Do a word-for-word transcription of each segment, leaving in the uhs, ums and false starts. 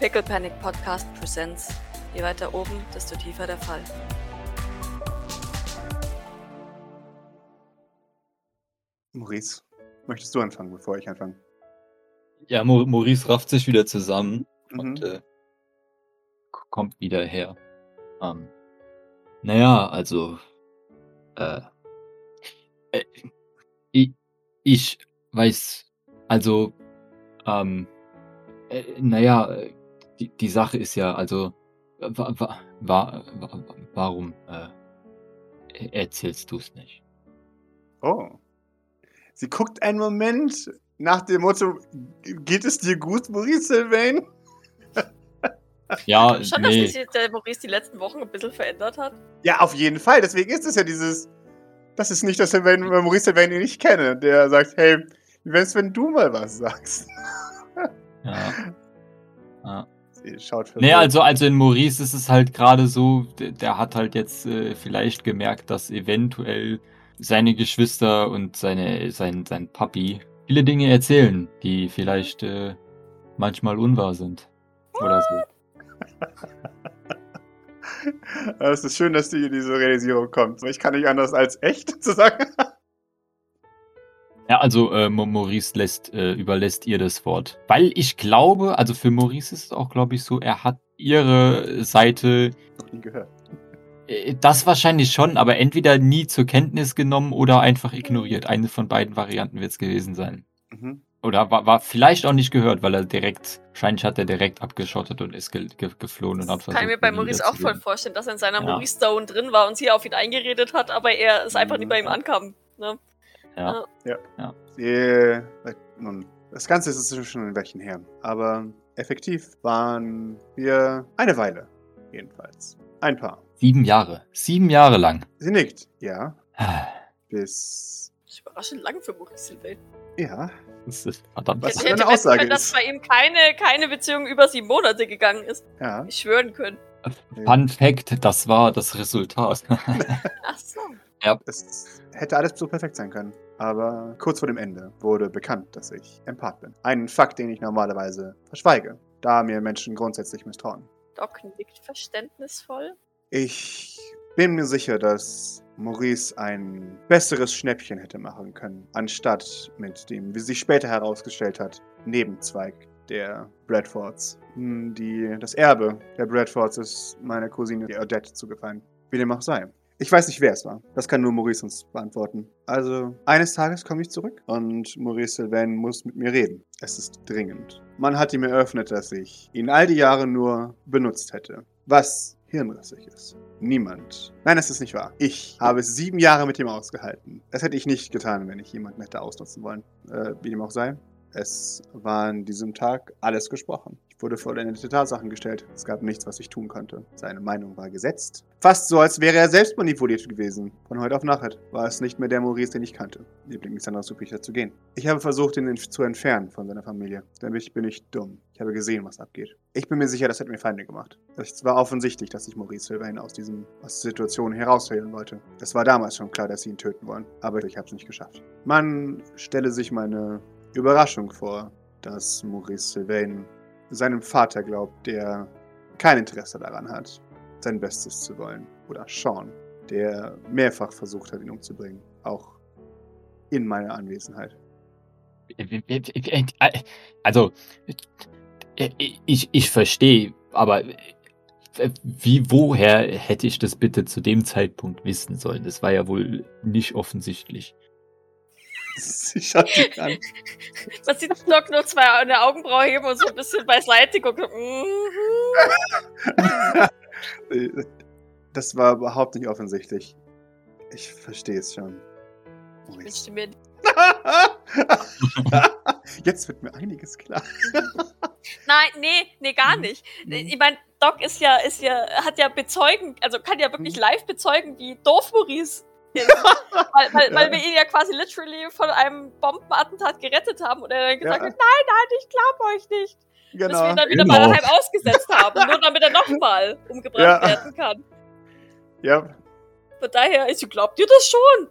Pickle Panic Podcast presents. Je weiter oben, desto tiefer der Fall. Maurice, möchtest du anfangen, bevor ich anfange? Ja, Mo- Maurice rafft sich wieder zusammen Mhm. und äh, k- kommt wieder her. Ähm, naja, also, äh, äh, ich, ich weiß, also, ähm, äh, naja, äh, die, die Sache ist ja, also, wa, wa, wa, wa, warum äh, erzählst du es nicht? Oh. Sie guckt einen Moment nach dem Motto, geht es dir gut, Maurice Sylvain? Ja, Schon, nee. dass sich der Maurice die letzten Wochen ein bisschen verändert hat. Ja, auf jeden Fall. Deswegen ist es ja dieses, das ist nicht das Sylvain, Maurice Sylvain, den ich kenne, der sagt, hey, wie wär's, wenn du mal was sagst? Ja. Ja. Sie schaut verwirrt. Nee, also, also in Maurice ist es halt gerade so, der, der hat halt jetzt äh, vielleicht gemerkt, dass eventuell seine Geschwister und seine, sein, sein Papi viele Dinge erzählen, die vielleicht äh, manchmal unwahr sind. Oder so. Es ist schön, dass dir diese Realisierung kommt. Ich kann nicht anders als echt zu sagen. Ja, also äh, Mo- Maurice lässt, äh, überlässt ihr das Wort. Weil ich glaube, also für Maurice ist es auch, glaube ich, so, er hat ihre Seite, Noch nie gehört. äh, das wahrscheinlich schon, aber entweder nie zur Kenntnis genommen oder einfach ignoriert. Eine von beiden Varianten wird es gewesen sein. Mhm. Oder war, war vielleicht auch nicht gehört, weil er direkt, wahrscheinlich hat er direkt abgeschottet und ist ge ge geflohen und hat Das versucht, kann ich mir bei nie Maurice auch voll wiederzugehen. vorstellen, dass er in seiner Ja. Maurice-Zone drin war und sie auf ihn eingeredet hat, aber er es einfach nie bei ihm ankam. Ne? Ja. Sie, nun, das Ganze ist schon ein Weilchen her. Aber effektiv waren wir eine Weile, jedenfalls. Ein Paar. Sieben Jahre. Sieben Jahre lang. Sie nickt. Ja. Bis. Das ist überraschend lang für Maurice Sylvain. Ja. Das ist verdammt. Was Ich für hätte eine wetten Aussage können, dass ist. bei ihm keine, keine Beziehung über sieben Monate gegangen ist. Ja. Ich schwören können. Fun Fact, das war das Resultat. Ach so. Es hätte alles so perfekt sein können. Aber kurz vor dem Ende wurde bekannt, dass ich Empath bin. Ein Fakt, den ich normalerweise verschweige, da mir Menschen grundsätzlich misstrauen. Doc nickt verständnisvoll. Ich bin mir sicher, dass Maurice ein besseres Schnäppchen hätte machen können, anstatt mit dem, wie sich später herausgestellt hat, Nebenzweig der Bradfords. Hm, Die, das Erbe der Bradfords ist meiner Cousine die Odette zugefallen. Wie dem auch sei. Ich weiß nicht, wer es war. Das kann nur Maurice uns beantworten. Also, eines Tages komme ich zurück und Maurice Sylvain muss mit mir reden. Es ist dringend. Man hat ihm eröffnet, dass ich ihn all die Jahre nur benutzt hätte. Was hirnrissig ist. Niemand. Nein, das ist nicht wahr. Ich habe sieben Jahre mit ihm ausgehalten. Das hätte ich nicht getan, wenn ich jemanden hätte ausnutzen wollen. Äh, wie dem auch sei. Es war an diesem Tag alles gesprochen. Ich wurde vor vollendete Tatsachen gestellt. Es gab nichts, was ich tun konnte. Seine Meinung war gesetzt. Fast so, als wäre er selbst manipuliert gewesen. Von heute auf Nachher war es nicht mehr der Maurice, den ich kannte. Mir blieb nichts anderes übrig, zu gehen. Ich habe versucht, ihn zu entfernen von seiner Familie. Damit bin ich dumm. Ich habe gesehen, was abgeht. Ich bin mir sicher, das hat mir Feinde gemacht. Es war offensichtlich, dass ich Maurice Sylvain aus, diesem, aus der Situation herausholen wollte. Es war damals schon klar, dass sie ihn töten wollen. Aber ich habe es nicht geschafft. Man stelle sich meine Überraschung vor, dass Maurice Sylvain seinem Vater glaubt, der kein Interesse daran hat, sein Bestes zu wollen. Oder Sean, der mehrfach versucht hat, ihn umzubringen. Auch in meiner Anwesenheit. Also, ich, ich verstehe, aber wie, woher hätte ich das bitte zu dem Zeitpunkt wissen sollen? Das war ja wohl nicht offensichtlich. Sie schaut dich an. Man sieht Doc nur zwei eine Augenbraue heben und so ein bisschen beiseite gucken. Mhm. Das war überhaupt nicht offensichtlich. Ich verstehe es schon. Ich wünschte mir. Jetzt wird mir einiges klar. Nein, nee, nee, gar nicht. Ich meine, Doc ist ja, ist ja, hat ja bezeugen, also kann ja wirklich live bezeugen, wie doof Maurice ist. weil, weil, weil wir ihn ja quasi literally von einem Bombenattentat gerettet haben und er dann gesagt Ja. hat, nein, nein, ich glaub euch nicht. Bis wir Genau. ihn dann wieder Genau. mal daheim ausgesetzt haben, nur damit er nochmal umgebracht Ja. werden kann. Ja. Von daher, ich glaubt ihr das schon?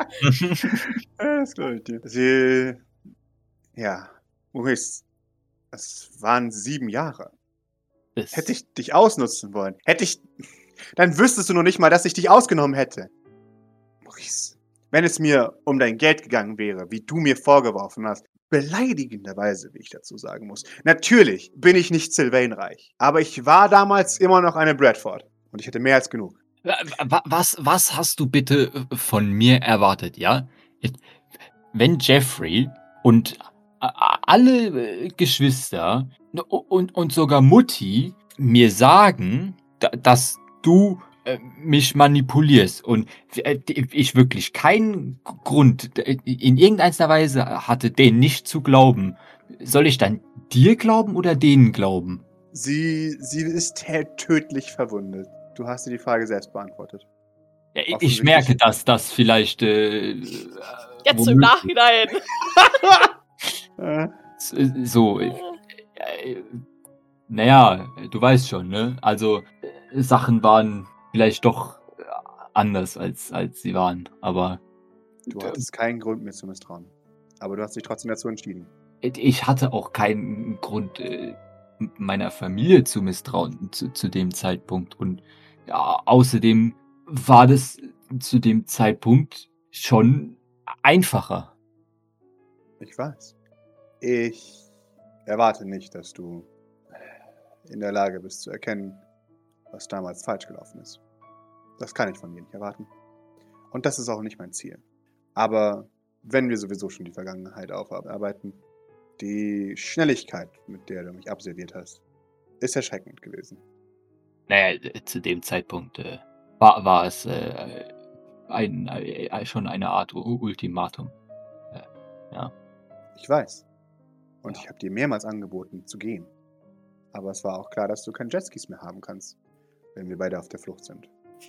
Das glaube ich dir. Sie. Ja. Maurice. Es waren sieben Jahre. Es, Hätte ich dich ausnutzen wollen, hätte ich... Dann wüsstest du noch nicht mal, dass ich dich ausgenommen hätte. Maurice, wenn es mir um dein Geld gegangen wäre, wie du mir vorgeworfen hast, beleidigenderweise, wie ich dazu sagen muss. Natürlich bin ich nicht Sylvain reich, aber ich war damals immer noch eine Bradford. Und ich hatte mehr als genug. Wa- Was, was hast du bitte äh, von mir erwartet, ja? Wenn Jeffrey und a- alle äh, Geschwister und, und sogar Mutti mir sagen, da- dass du äh, mich manipulierst und äh, ich wirklich keinen Grund äh, in irgendeiner Weise hatte, denen nicht zu glauben, soll ich dann dir glauben oder denen glauben? Sie, sie ist tä- tödlich verwundet. Du hast dir die Frage selbst beantwortet. Ja, Ich ich Offensichtlich. merke, dass das vielleicht äh, Jetzt im womöglich- Nachhinein. Äh, so, äh, äh, naja, du weißt schon, ne? Also, äh, Sachen waren vielleicht doch äh, anders, als, als sie waren. Aber du hattest keinen Grund, mir zu misstrauen. Aber du hast dich trotzdem dazu entschieden. ich hatte auch keinen Grund, äh, meiner Familie zu misstrauen zu, zu dem Zeitpunkt. Und ja, außerdem war das zu dem Zeitpunkt schon einfacher. Ich weiß. Ich erwarte nicht, dass du in der Lage bist zu erkennen, was damals falsch gelaufen ist. Das kann ich von dir nicht erwarten. Und das ist auch nicht mein Ziel. Aber wenn wir sowieso schon die Vergangenheit aufarbeiten, die Schnelligkeit, mit der du mich absolviert hast, ist erschreckend gewesen. Naja, äh, zu dem Zeitpunkt äh, war, war es äh, ein, äh, schon eine Art U- Ultimatum. Äh, ja. Ich weiß. Und Ja. ich habe dir mehrmals angeboten, zu gehen. Aber es war auch klar, dass du kein Jetskis mehr haben kannst, wenn wir beide auf der Flucht sind.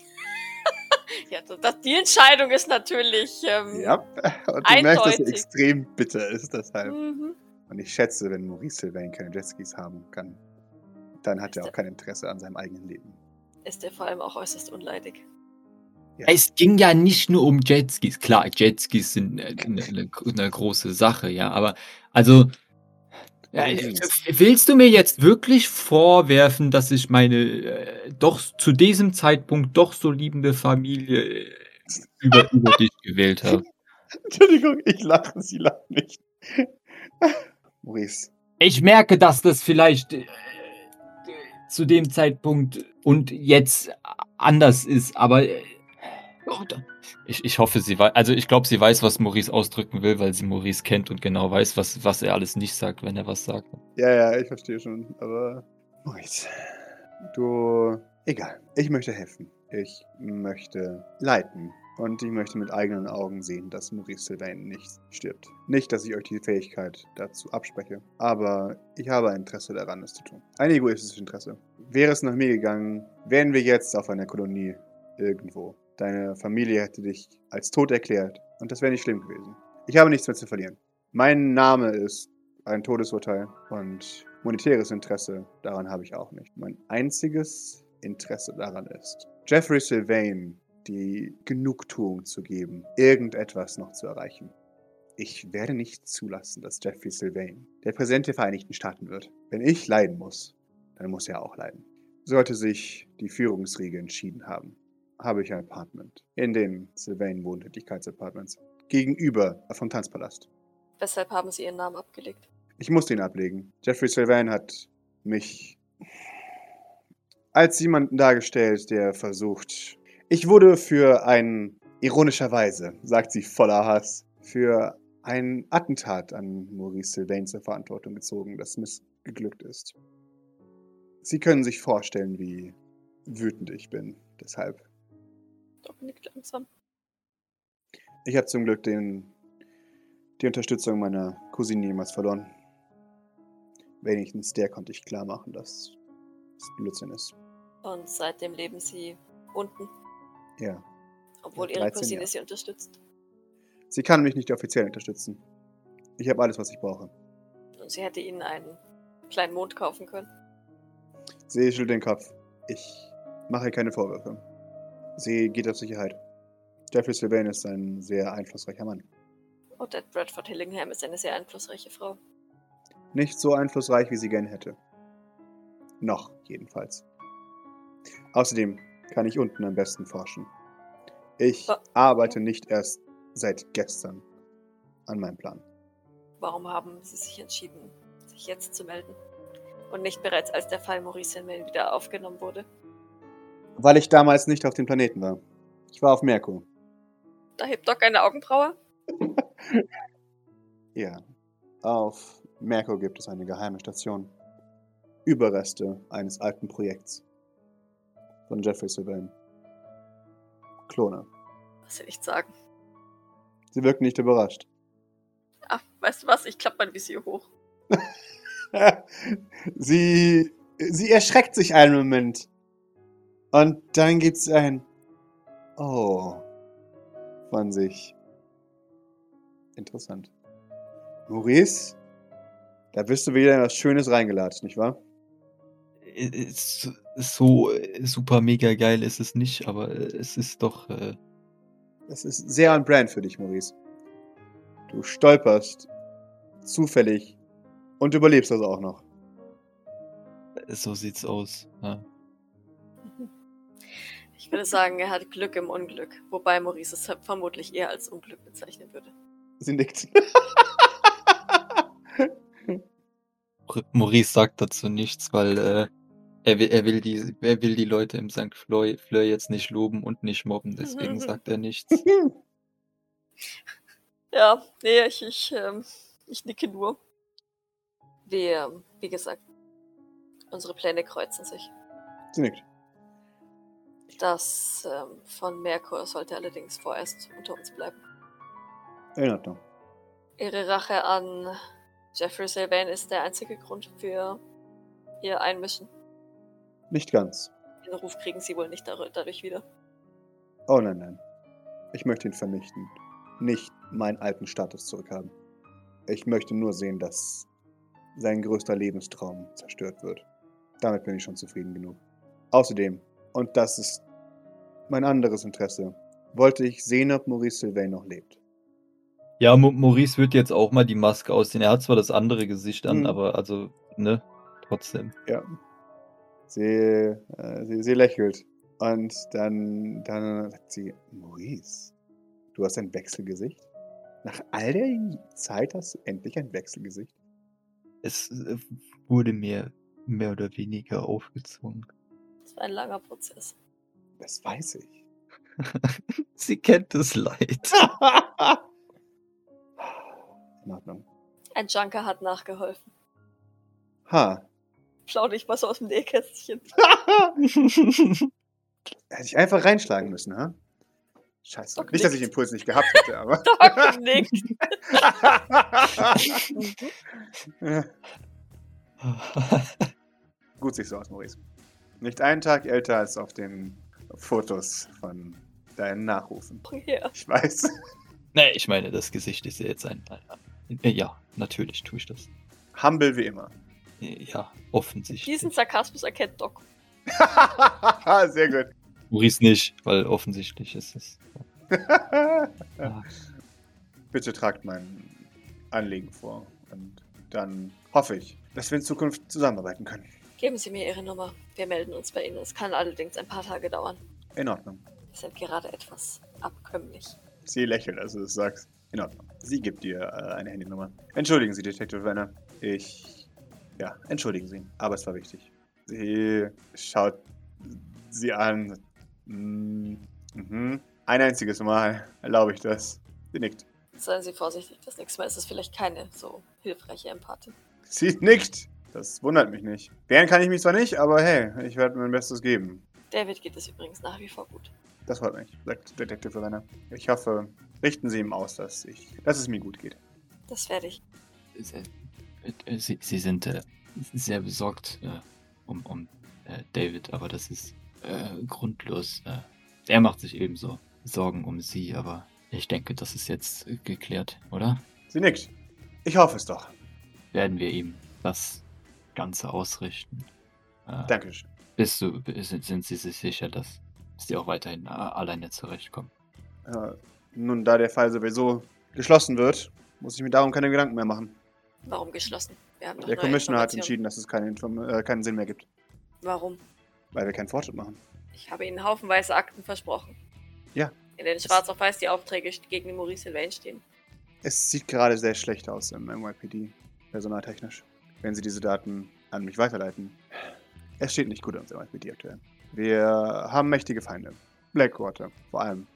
Ja, das, das, die Entscheidung ist natürlich. Ähm, Ja, und du merkst, dass er eindeutig. extrem bitter ist deshalb. Mhm. Und ich schätze, wenn Maurice Sylvain keine Jetskis haben kann, dann hat Ist er er- auch kein Interesse an seinem eigenen Leben. Ist er vor allem auch äußerst unleidig. Ja. Es ging ja nicht nur um Jetskis. Klar, Jetskis sind eine, eine, eine große Sache, ja. Aber also, ja, Worum ging's? willst du mir jetzt wirklich vorwerfen, dass ich meine äh, doch zu diesem Zeitpunkt doch so liebende Familie äh, über, über dich gewählt habe? Entschuldigung, ich lache, sie lacht nicht. Maurice, Ich merke, dass das vielleicht äh, zu dem Zeitpunkt und jetzt anders ist, aber äh, oh, da- ich, ich hoffe, sie weiß, also ich glaube, sie weiß, was Maurice ausdrücken will, weil sie Maurice kennt und genau weiß, was, was er alles nicht sagt, wenn er was sagt. ja, ja, ich verstehe schon, aber Maurice, du, egal, ich möchte helfen. Ich möchte leiten. Und ich möchte mit eigenen Augen sehen, dass Maurice Sylvain nicht stirbt. Nicht, dass ich euch die Fähigkeit dazu abspreche, aber ich habe ein Interesse daran, es zu tun. Ein egoistisches Interesse. Wäre es nach mir gegangen, wären wir jetzt auf einer Kolonie irgendwo. Deine Familie hätte dich als tot erklärt und das wäre nicht schlimm gewesen. Ich habe nichts mehr zu verlieren. Mein Name ist ein Todesurteil und monetäres Interesse daran habe ich auch nicht. Mein einziges Interesse daran ist, Jeffrey Sylvain die Genugtuung zu geben, irgendetwas noch zu erreichen. Ich werde nicht zulassen, dass Jeffrey Sylvain der Präsident der Vereinigten Staaten wird. Wenn ich leiden muss, dann muss er auch leiden. Sollte sich die Führungsriege entschieden haben, habe ich ein Apartment in den Sylvain Wohntätigkeitsapartments gegenüber vom Tanzpalast. Weshalb haben sie ihren Namen abgelegt? Ich musste ihn ablegen. Jeffrey Sylvain hat mich als jemanden dargestellt, der versucht... Ich wurde für ein, ironischerweise, sagt sie voller Hass, für ein Attentat an Maurice Sylvain zur Verantwortung gezogen, das missglückt ist. Sie können sich vorstellen, wie wütend ich bin, deshalb. Dominik langsam. Ich habe zum Glück den, die Unterstützung meiner Cousine jemals verloren. Wenigstens der konnte ich klar machen, dass es Blödsinn ist. Und seitdem leben sie unten, Ja. obwohl Seit ihre dreizehn Cousine Jahren. sie unterstützt. Sie kann mich nicht offiziell unterstützen. Ich habe alles, was ich brauche. Und sie hätte ihnen einen kleinen Mond kaufen können. Sie schüttelt den Kopf. Ich mache ihr keine Vorwürfe. Sie geht auf Sicherheit. Jeffrey Sylvain ist ein sehr einflussreicher Mann. Und Ed Bradford Hillingham ist eine sehr einflussreiche Frau. nicht so einflussreich, wie sie gern hätte. Noch, jedenfalls. Außerdem kann ich unten am besten forschen. Ich Wa- arbeite nicht erst seit gestern an meinem Plan. Warum haben Sie sich entschieden, sich jetzt zu melden? Und nicht bereits, als der Fall Maurice Mail wieder aufgenommen wurde? Weil ich damals nicht auf dem Planeten war. Ich war auf Merkur. Da hebt Doc eine Augenbraue. Ja. Auf Merkur gibt es eine geheime Station. Überreste eines alten Projekts. Von Jeffrey Sylvain. Klone. Was will ich sagen? Sie wirken nicht überrascht. Ah, weißt du was? Ich klappe mein Visier hoch. sie, sie erschreckt sich einen Moment. Und dann gibt es ein Oh von sich. Interessant. Maurice, da bist du wieder in was Schönes reingelatscht, nicht wahr? Ist so äh, super mega geil ist es nicht, aber äh, es ist doch. Äh, Das ist sehr on brand für dich, Maurice. Du stolperst zufällig und überlebst das auch noch. so sieht's aus. Ja. Ich würde sagen, er hat Glück im Unglück. Wobei Maurice es vermutlich eher als Unglück bezeichnen würde. Sie nickt. Maurice sagt dazu nichts, weil äh, er, will, er, will die, er will die Leute im Sankt Fleur, Fleur jetzt nicht loben und nicht mobben, deswegen sagt er nichts. Ja, nee, ich, ich, ähm, ich nicke nur. Wir, wie gesagt, unsere Pläne kreuzen sich. Sie nickt. Das ähm, von Merkur sollte allerdings vorerst unter uns bleiben. In Ordnung. Ihre Rache an Jeffrey Sylvain ist der einzige Grund für ihr Einmischen. Nicht ganz. Den Ruf kriegen sie wohl nicht dadurch wieder. Oh nein, nein. Ich möchte ihn vernichten. Nicht meinen alten Status zurückhaben. Ich möchte nur sehen, dass sein größter Lebenstraum zerstört wird. Damit bin ich schon zufrieden genug. Außerdem, und das ist mein anderes Interesse, wollte ich sehen, ob Maurice Sylvain noch lebt. Ja, Mo Maurice wird jetzt auch mal die Maske ausziehen. Er hat zwar das andere Gesicht an, Hm. aber also, ne, trotzdem. Ja. Sie, äh, sie, sie lächelt. Und dann, dann sagt sie, Maurice, du hast ein Wechselgesicht? Nach all der Zeit hast du endlich ein Wechselgesicht? Es äh, wurde mir mehr oder weniger aufgezwungen. Das war ein langer Prozess. Das weiß ich. Sie kennt das Leid. In Ordnung. Ein Junker hat nachgeholfen. Ha. Plaudere ich mal so aus dem Nähkästchen. Hätte ich einfach reinschlagen müssen, ha? Scheiße. Doc Nicht, dass ich nickt. den Puls nicht gehabt hätte, aber. Doc nickt. Gut siehst du aus, Maurice. Nicht einen Tag älter als auf den Fotos von deinen Nachrufen. Oh ja. Ich weiß. Nee, ich meine, das Gesicht ist ja jetzt ein. Äh, ja, natürlich tue ich das. Humble wie immer. Äh, Ja, offensichtlich. Diesen Sarkasmus erkennt Doc. Sehr gut. Maurice nicht, weil offensichtlich ist es. Ja. Bitte tragt mein Anliegen vor. Und dann hoffe ich, dass wir in Zukunft zusammenarbeiten können. Geben Sie mir Ihre Nummer. Wir melden uns bei Ihnen. Es kann allerdings ein paar Tage dauern. In Ordnung. Wir sind gerade etwas abkömmlich. Sie lächelt, als du das sagst. In Ordnung. Sie gibt dir äh, eine Handynummer. Entschuldigen Sie, Detective Werner. Ich... Ja, entschuldigen Sie. Aber es war wichtig. Sie schaut sie an. Mm, mhm. Ein einziges Mal erlaube ich das. Sie nickt. Seien Sie vorsichtig. Das nächste Mal ist es vielleicht keine so hilfreiche Empathin. Sie nickt. Das wundert mich nicht. Wehren kann ich mich zwar nicht, aber hey, ich werde mein Bestes geben. David geht es übrigens nach wie vor gut. Das freut mich, sagt Detective Werner. Ich hoffe, richten Sie ihm aus, dass, ich, dass es mir gut geht. Das werde ich. Sie, äh, Sie, Sie sind äh, sehr besorgt äh, um, um äh, David, aber das ist äh, grundlos. Äh, er macht sich ebenso Sorgen um Sie, aber ich denke, das ist jetzt äh, geklärt, oder? Sie nickt. Ich hoffe es doch. Werden wir ihm das Ganze ausrichten? Äh, Dankeschön. bist du, sind, sind Sie sich sicher, dass Sie auch weiterhin äh, alleine zurechtkommen? Äh, nun, da der Fall sowieso geschlossen wird, muss ich mir darum keine Gedanken mehr machen. Warum geschlossen? Wir haben doch Der neue Commissioner hat Informationen. entschieden, dass es keinen, Inform äh, keinen Sinn mehr gibt, Warum? weil wir keinen Fortschritt machen. Ich habe Ihnen haufenweise Akten versprochen. Ja. In denen schwarz auf weiß die Aufträge gegen den Maurice Sylvain stehen. Es sieht gerade sehr schlecht aus im N Y P D, personaltechnisch. Wenn Sie diese Daten an mich weiterleiten. Es steht nicht gut am N Y P D aktuell. Wir haben mächtige Feinde. Blackwater vor allem.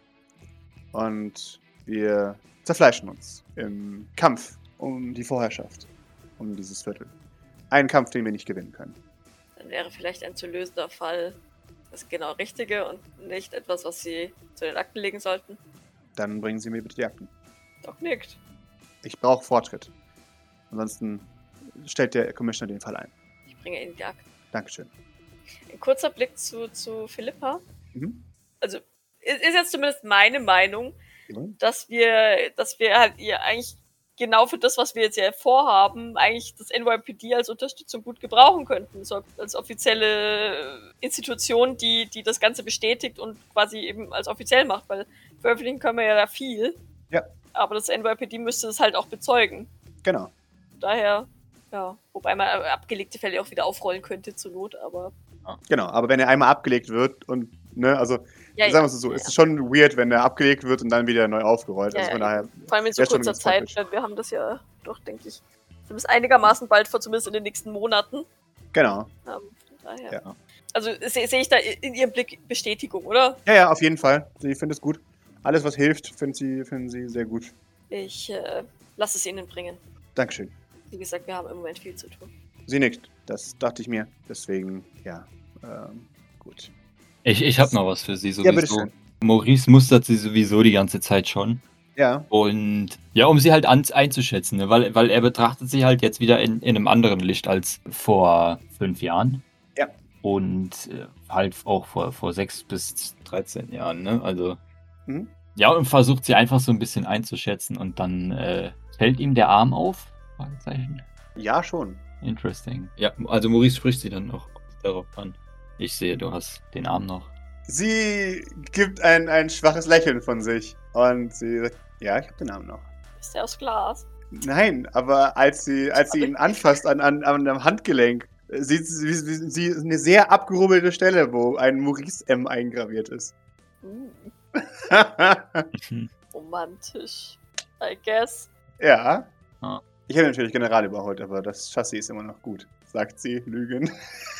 Und wir zerfleischen uns im Kampf um die Vorherrschaft. Um dieses Viertel. Ein Kampf, den wir nicht gewinnen können. Dann wäre vielleicht ein zu lösender Fall das genau Richtige und nicht etwas, was Sie zu den Akten legen sollten. Dann bringen Sie mir bitte die Akten. Doch nickt. Ich brauche Fortschritt. Ansonsten stellt der Commissioner den Fall ein. Ich bringe Ihnen die Akten. Dankeschön. Ein kurzer Blick zu, zu Philippa. Mhm. Also, ist ist jetzt zumindest meine Meinung, Ja. dass wir, dass wir halt ihr eigentlich genau für das, was wir jetzt hier vorhaben, eigentlich das N Y P D als Unterstützung gut gebrauchen könnten. So als offizielle Institution, die, die das Ganze bestätigt und quasi eben als offiziell macht, weil veröffentlichen können wir ja da viel. Ja. Aber das N Y P D müsste es halt auch bezeugen. Genau. Daher, ja, wobei man abgelegte Fälle auch wieder aufrollen könnte zur Not, aber... Genau, aber wenn er einmal abgelegt wird und, ne, also, Ja, sagen wir ja, es so, ja, es ist schon weird, wenn er abgelegt wird und dann wieder neu aufgerollt. Ja, also von ja, daher, vor allem in so wäre schon kurzer ganz Zeit, praktisch. weil wir haben das ja doch, denke ich, zumindest einigermaßen bald vor, zumindest in den nächsten Monaten. Genau. Ähm, von daher. Ja. Also sehe seh ich da in Ihrem Blick Bestätigung, oder? Ja, ja, auf jeden Fall. Sie findet es gut. Alles, was hilft, finden sie, finden sie sehr gut. Ich äh, lasse es Ihnen bringen. Dankeschön. Wie gesagt, wir haben im Moment viel zu tun. Sie nickt. Das dachte ich mir. Deswegen, ja, ähm, gut. Ich, ich habe noch was für Sie Ja, sowieso. bitteschön. Maurice mustert sie sowieso die ganze Zeit schon. Ja, Und ja, um sie halt an, einzuschätzen, ne? weil, weil er betrachtet sie halt jetzt wieder in, in einem anderen Licht als vor fünf Jahren. Ja. Und äh, halt auch vor, vor sechs bis dreizehn Jahren, ne? Also. Mhm. Ja, und versucht sie einfach so ein bisschen einzuschätzen und dann äh, fällt ihm der Arm auf? Fragezeichen. ja, schon. Interesting. Ja, also Maurice spricht sie dann noch darauf an. Ich sehe, du hast den Arm noch. Sie gibt ein, ein schwaches Lächeln von sich. Und sie sagt, ja, ich habe den Arm noch. Ist der aus Glas? Nein, aber als sie, als sie ihn anfasst an, an, an am Handgelenk, äh, sieht sie, sie, sie eine sehr abgerubbelte Stelle, wo ein Maurice M eingraviert ist. Hm, romantisch. I guess. Ja. Ah. Ich habe natürlich General überholt, aber das Chassis ist immer noch gut, sagt sie, lügen.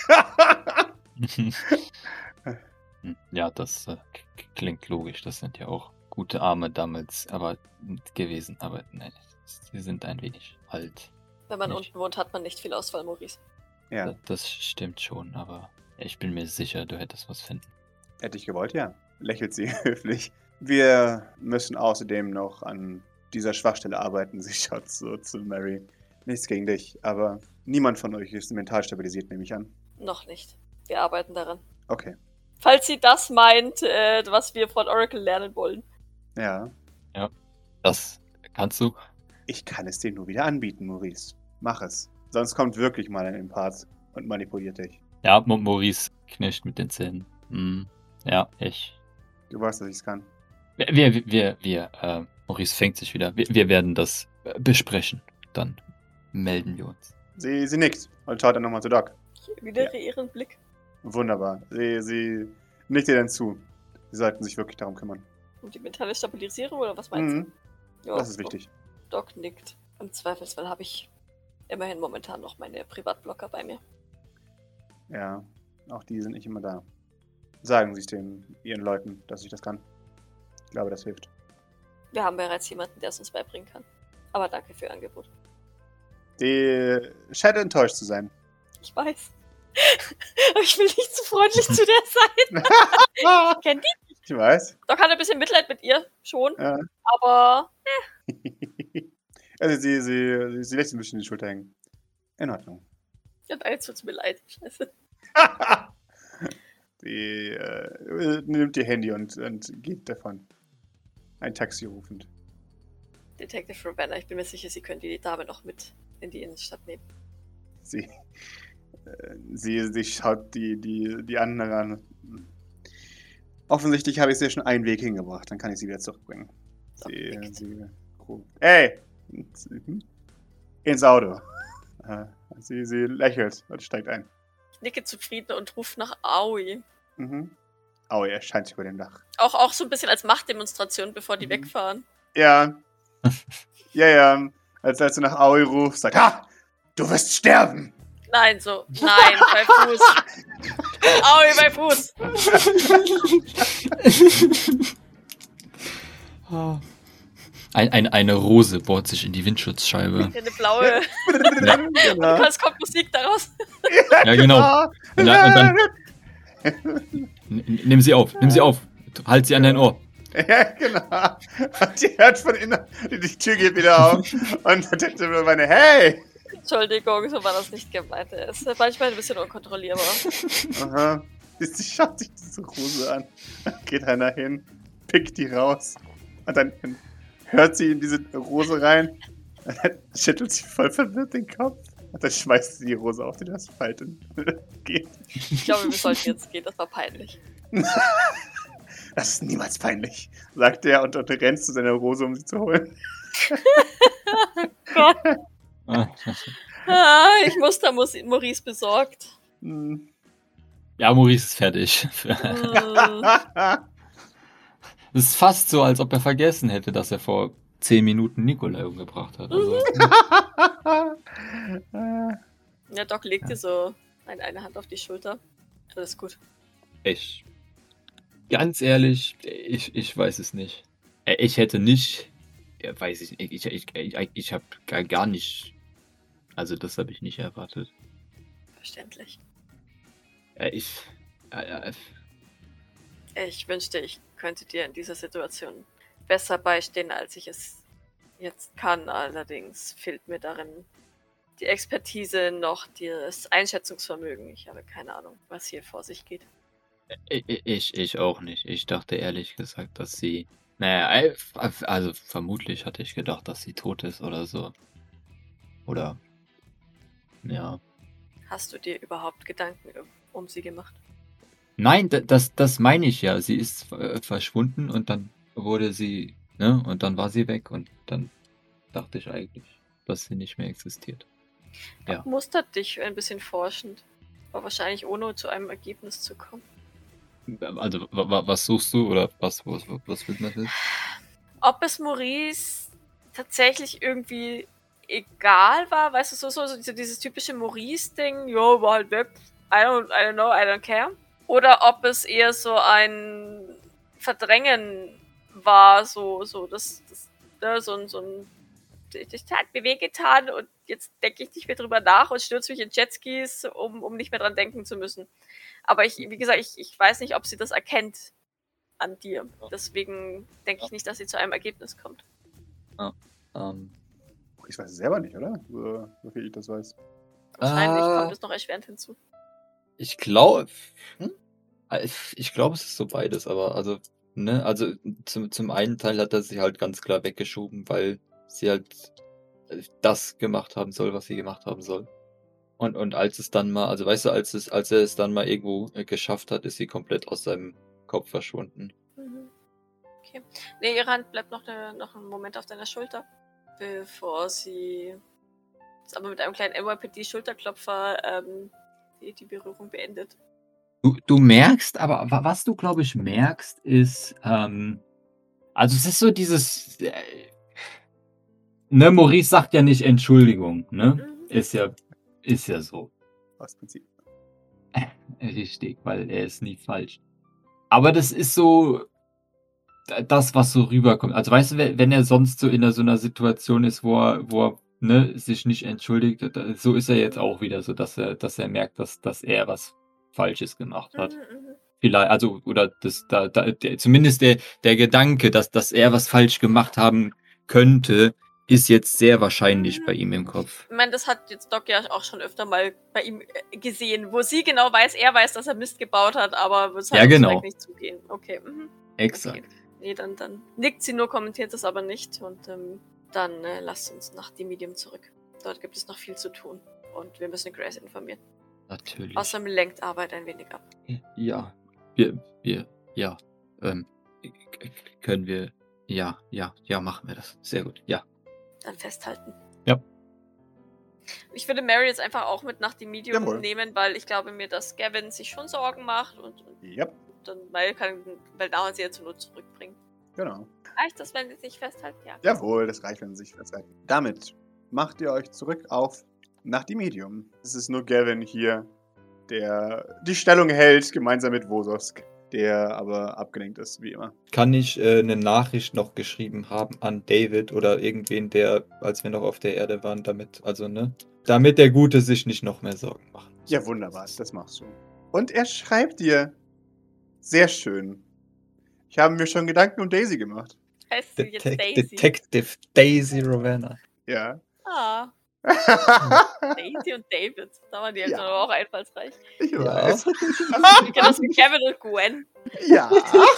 Ja, das äh, k- klingt logisch. Das sind ja auch gute Arme damals aber gewesen. Aber nein, sie sind ein wenig alt. Wenn man Nicht. unten wohnt, hat man nicht viel Auswahl, Maurice. Ja, Das, das stimmt schon, aber ich bin mir sicher, du hättest was finden. hätte ich gewollt, ja. Lächelt sie höflich. Wir müssen außerdem noch an dieser Schwachstelle arbeiten. Sie schaut so zu Mary. Nichts gegen dich, aber niemand von euch ist mental stabilisiert, nehme ich an. Noch nicht. Wir arbeiten daran. Okay. Falls sie das meint, äh, was wir von Oracle lernen wollen. Ja. Das kannst du? Ich kann es dir nur wieder anbieten, Maurice. Mach es. Sonst kommt wirklich mal ein Empath und manipuliert dich. Ja, Mo- Maurice knirscht mit den Zähnen. Hm, ja, ich. Du weißt, dass ich es kann. Wir, wir, wir, wir äh, Maurice fängt sich wieder. Wir, wir werden das äh, besprechen. Dann melden wir uns. Sie, sie nickt und schaut dann nochmal zu Doc. Ich widere ihren Blick. Wunderbar. Sie, sie nickt dir dann zu. Sie sollten sich wirklich darum kümmern. Um die mentale Stabilisierung oder was meinst Mhm. du? Ja, Das ist wichtig. Doc nickt. Im Zweifelsfall habe ich immerhin momentan noch meine Privatblocker bei mir. Ja, auch die sind nicht immer da. Sagen Sie es den Ihren Leuten, dass ich das kann. Ich glaube, das hilft. Wir haben bereits jemanden, der es uns beibringen kann. Aber danke für Ihr Angebot. Die scheint enttäuscht zu sein. Ich weiß. Aber ich will nicht zu freundlich zu der sein. Kennt die? Ich weiß. Doc hat ein bisschen Mitleid mit ihr, schon. Ja. Aber Also sie, sie, sie, sie lässt ein bisschen in die Schulter hängen. In Ordnung. ja, jetzt tut's mir leid. Scheiße. Sie äh, nimmt ihr Handy und, und geht davon. Ein Taxi rufend. Detective Ravenna, ich bin mir sicher, Sie können die Dame noch mit in die Innenstadt nehmen. Sie, äh, sie, sie schaut die, die, die anderen an. Offensichtlich habe ich sie schon einen Weg hingebracht, dann kann ich sie wieder zurückbringen. Sie, Nickt. sie ruft. Ey! Mhm. ins Auto. Äh, sie, sie lächelt und steigt ein. Ich nicke zufrieden und rufe nach Aoi. Mhm. Aoi erscheint über dem Dach. Auch, auch so ein bisschen als Machtdemonstration, bevor die Mhm. wegfahren. Ja. ja, ja. Als, als du nach Aoi rufst, sagt, ha! Du wirst sterben! Nein, so. Nein, bei Fuß. Aoi, bei Fuß. Ein, ein, eine Rose bohrt sich in die Windschutzscheibe. Eine blaue. Ja, Genau. Es kommt Musik daraus. ja genau. Und dann, und dann n- nimm sie auf, nimm sie auf. Halt sie an dein Ohr. Ja, genau. Und die hört von innen, die, die Tür geht wieder auf. Und dann denkt mir meine, hey! Entschuldigung, so war das nicht gemeint. Er ist manchmal ein bisschen unkontrollierbar. Aha. Sie schaut sich diese Rose an. Dann geht einer hin, pickt die raus. Und dann hört sie in diese Rose rein. Und dann schüttelt sie voll verwirrt den Kopf. Und dann schmeißt sie die Rose auf den Asphalt und geht. Ich glaube, wir sollten jetzt gehen, das war peinlich. Das ist niemals peinlich, sagt er und, und rennt zu seiner Rose, um sie zu holen. Gott. Ah. Ah, ich muss da Mus- Maurice besorgt. Hm. Ja, Maurice ist fertig. Hm. Es ist fast so, als ob er vergessen hätte, dass er vor zehn Minuten Nikolai umgebracht hat. Also, Ja, Doc legt dir so eine, eine Hand auf die Schulter. Alles gut. ich. Ganz ehrlich, ich, ich weiß es nicht. Äh, Ich hätte nicht. Ja, weiß ich nicht. Ich, ich, ich, ich habe gar, gar nicht. Also, das habe ich nicht erwartet. Verständlich. Äh, Ich. äh, äh, Ich wünschte, ich könnte dir in dieser Situation besser beistehen, als ich es jetzt kann. Allerdings fehlt mir darin die Expertise noch das Einschätzungsvermögen. Ich habe keine Ahnung, was hier vor sich geht. Ich, ich, ich auch nicht. Ich dachte ehrlich gesagt, dass sie. Naja, also vermutlich hatte ich gedacht, dass sie tot ist oder so. Oder. Ja. Hast du dir überhaupt Gedanken um sie gemacht? Nein, da- das, das meine ich ja. Sie ist äh, verschwunden und dann wurde sie. Ne? Und dann war sie weg und dann dachte ich eigentlich, dass sie nicht mehr existiert. Ja. Mustert dich ein bisschen forschend. Aber wahrscheinlich ohne zu einem Ergebnis zu kommen. Also, wa- wa- was suchst du oder was, was, was will man wissen? Ob es Maurice tatsächlich irgendwie egal war, weißt du, so, so, so diese- dieses typische Maurice-Ding, jo, war halt weg, I don't, I don't know, I don't care. Oder ob es eher so ein Verdrängen war, so, so, das, das, ne, so ein, so ein, ich hat mir wehgetan und jetzt denke ich nicht mehr drüber nach und stürze mich in Jetskis, um, um nicht mehr dran denken zu müssen. Aber ich, wie gesagt, ich, ich weiß nicht, ob sie das erkennt an dir. Deswegen denke ich nicht, dass sie zu einem Ergebnis kommt. Ähm, Ich weiß es selber nicht, oder? So, so viel ich das weiß. Wahrscheinlich Ah. kommt es noch erschwerend hinzu. Ich glaube, hm? ich glaube, es ist so beides, aber also, ne, also zum, zum einen Teil hat er sie halt ganz klar weggeschoben, weil sie halt äh, das gemacht haben soll, was sie gemacht haben soll. Und, und als es dann mal, also weißt du, als es, als er es dann mal irgendwo äh, geschafft hat, ist sie komplett aus seinem Kopf verschwunden. Mhm. Okay. Nee, ihre Hand bleibt noch, eine, noch einen Moment auf deiner Schulter, bevor sie jetzt aber mit einem kleinen N Y P D-Schulterklopfer ähm, die, die Berührung beendet. Du, du merkst, aber wa- was du, glaube ich, merkst, ist, ähm, also es ist so dieses, äh, ne, Maurice sagt ja nicht Entschuldigung, ne? Mhm. Ist ja, ist ja so. Aus Prinzip. Richtig, weil er ist nie falsch. Aber das ist so d- das, was so rüberkommt. Also weißt du, wenn wenn er sonst so in einer- so einer Situation ist, wo er, wo er ne, sich nicht entschuldigt, da- so ist er jetzt auch wieder so, dass er, dass er merkt, dass, dass er was Falsches gemacht hat. Mhm, mhm. Vielleicht, also, oder das, da, da, der, zumindest der, der Gedanke, dass, dass er was falsch gemacht haben könnte, ist jetzt sehr wahrscheinlich Mhm. bei ihm im Kopf. Ich meine, das hat jetzt Doc ja auch schon öfter mal bei ihm äh, gesehen, wo sie genau weiß, er weiß, dass er Mist gebaut hat, aber wird es halt Ja, auch so genau. direkt nicht zugehen. Okay, mhm. Exakt. Okay. Nee, dann, dann nickt sie nur, kommentiert es aber nicht und ähm, dann äh, lasst uns nach dem Medium zurück. Dort gibt es noch viel zu tun und wir müssen Grace informieren. Natürlich. Außerdem lenkt Arbeit ein wenig ab. Ja, wir, wir, ja, ähm, k- k- können wir, ja, ja, ja, machen wir das. Sehr gut, ja. Dann festhalten. Ich würde Mary jetzt einfach auch mit nach dem Medium Jawohl. nehmen, weil ich glaube mir, dass Gavin sich schon Sorgen macht und, und Yep, dann weil kann weil Down sie ja zur Not zurückbringen. genau. Reicht das, wenn sie sich festhalten? Ja. Jawohl, das reicht, wenn sie sich festhalten. Damit macht ihr euch zurück auf nach dem Medium. Es ist nur Gavin hier, der die Stellung hält, gemeinsam mit Vososk, der aber abgelenkt ist, wie immer. Kann ich äh, eine Nachricht noch geschrieben haben an David oder irgendwen, der, als wir noch auf der Erde waren, damit, also ne, damit der Gute sich nicht noch mehr Sorgen macht. Ja, wunderbar, das machst du. Und er schreibt dir, sehr schön. Ich habe mir schon Gedanken um Daisy gemacht. Heißt sie jetzt Detec Daisy? Detective Daisy Ravenna. Ja. Ah, Daisy und David. Da waren die Eltern Ja. aber auch einfallsreich. Ich Ja. weiß. Genauso wie Kevin und Gwen. Ja.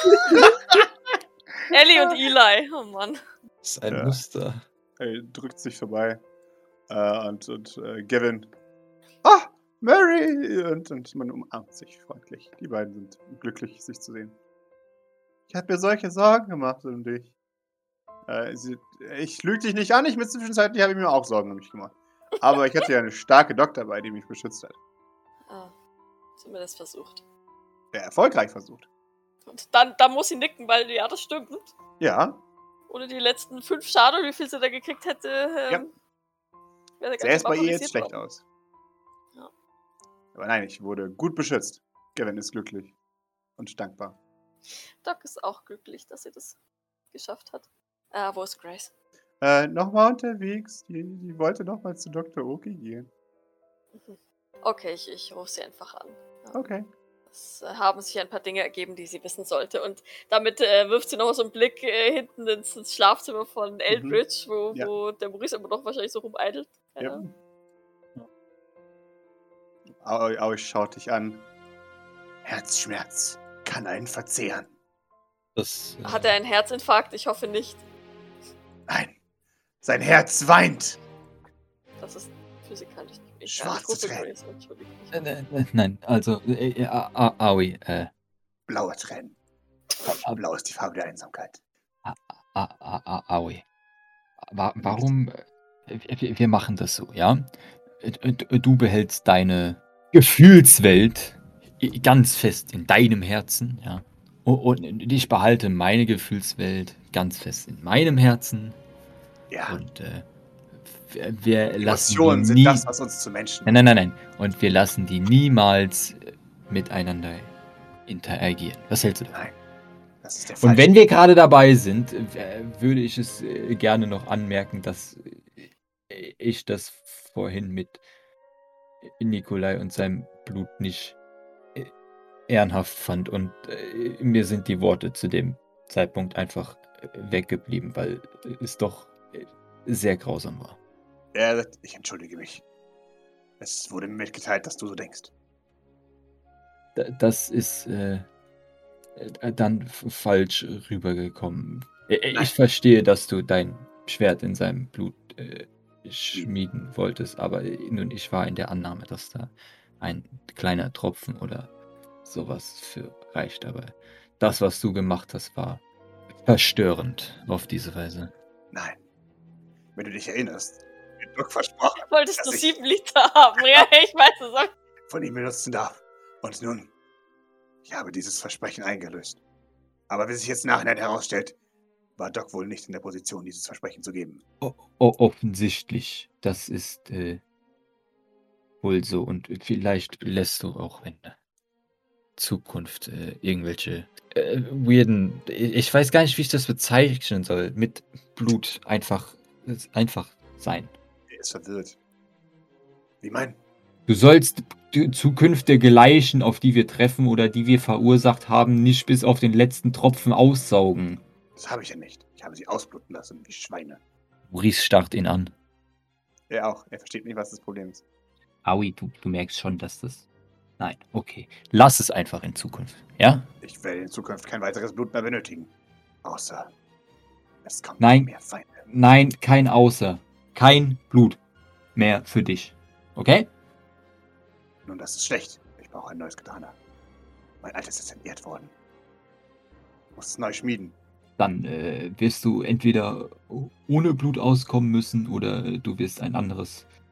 Ellie und Eli. Oh Mann. Das ist ein Ja. Muster. Er drückt sich vorbei. Äh, und und äh, Gavin. Ah, Mary! Und, und man umarmt sich freundlich. Die beiden sind glücklich, sich zu sehen. Ich habe mir solche Sorgen gemacht um dich. Äh, sie, ich lüge dich nicht an, ich mit zwischenzeitlich habe ich mir auch Sorgen um mich gemacht. Aber ich hatte ja eine starke Doc dabei, die mich beschützt hat. Ah, zumindest versucht. Ja, erfolgreich versucht. Und dann, dann muss sie nicken, weil ja, das stimmt. Ja, Ohne die letzten fünf Schaden, wie viel sie da gekriegt hätte, ähm, Ja. wäre sähe es bei ihr jetzt vaporisiert schlecht worden. aus. Ja. Aber nein, ich wurde gut beschützt. Gavin ist glücklich und dankbar. Doc ist auch glücklich, dass sie das geschafft hat. Ah, wo ist Grace? Äh, nochmal unterwegs. Die, die wollte nochmal zu Doktor Oki gehen. Okay, ich, ich rufe sie einfach an. Ja. Okay. Es äh, haben sich ein paar Dinge ergeben, die sie wissen sollte. Und damit äh, wirft sie noch so einen Blick äh, hinten ins, ins Schlafzimmer von Eldridge, wo, Ja. wo der Maurice immer noch wahrscheinlich so rumeidelt. Keine Ja. Ahnung. Aoi, Aoi schaut dich an. Herzschmerz kann einen verzehren. Das, äh, Hat er einen Herzinfarkt? Ich hoffe nicht. Nein, sein Herz weint. Das ist physikalisch nicht. Schwarze Ich rufe Tränen. Grace, entschuldige mich. äh, äh, nein, also, äh, äh, A- A- Aoi, äh, Blaue Tränen. A- Blau ist die Farbe der Einsamkeit. A- A- A- Aoi. Wa warum, äh, wir, wir machen das so, ja? Äh, Du behältst deine Gefühlswelt ganz fest in deinem Herzen, ja? Und ich behalte meine Gefühlswelt ganz fest in meinem Herzen. Ja, Und äh, wir, wir lassen Emotionen die sind nie, das, was uns zu Menschen nein, nein, nein, nein. Und wir lassen die niemals äh, miteinander interagieren. Was hältst du davon? Nein, das ist der Und falsche wenn wir gerade dabei sind, äh, würde ich es äh, gerne noch anmerken, dass äh, ich das vorhin mit Nikolai und seinem Blut nicht äh, ehrenhaft fand. Und äh, mir sind die Worte zu dem Zeitpunkt einfach äh, weggeblieben, weil es doch äh, sehr grausam war. Er sagt, ich entschuldige mich. Es wurde mir mitgeteilt, dass du so denkst. D- Das ist äh, äh, dann f- falsch rübergekommen. Äh, äh, Nein. Ich verstehe, dass du dein Schwert in seinem Blut äh, schmieden wolltest, aber äh, nun, ich war in der Annahme, dass da ein kleiner Tropfen oder sowas für reicht. Aber das, was du gemacht hast, war verstörend auf diese Weise. Nein. Wenn du dich erinnerst, mir Doc versprochen, Wolltest dass du ich sieben Liter haben? Ja, ich weiß es auch. von ihm benutzen darf. Und nun, ich habe dieses Versprechen eingelöst. Aber wie sich jetzt im Nachhinein herausstellt, war Doc wohl nicht in der Position, dieses Versprechen zu geben. O o offensichtlich, das ist äh, wohl so. Und vielleicht lässt du auch in der Zukunft äh, irgendwelche äh, weirden, ich weiß gar nicht, wie ich das bezeichnen soll, mit Blut einfach, einfach sein. Er ist verwirrt. Wie mein? Du sollst die zukünftige Leichen, auf die wir treffen oder die wir verursacht haben, nicht bis auf den letzten Tropfen aussaugen. Das habe ich ja nicht. Ich habe sie ausbluten lassen, wie Schweine. Maurice starrt ihn an. Er auch. Er versteht nicht, was das Problem ist. Aui, du, du merkst schon, dass das... Nein, okay. Lass es einfach in Zukunft, ja? Ich werde in Zukunft kein weiteres Blut mehr benötigen. Außer es kommt Nein. mehr Feinde. Nein, kein Außer. Kein Blut mehr für dich. Okay? Nun, das ist schlecht. Ich brauche ein neues Katana. Mein altes ist entehrt worden. Ich muss es neu schmieden. Dann äh, wirst du entweder ohne Blut auskommen müssen oder du wirst ein anderes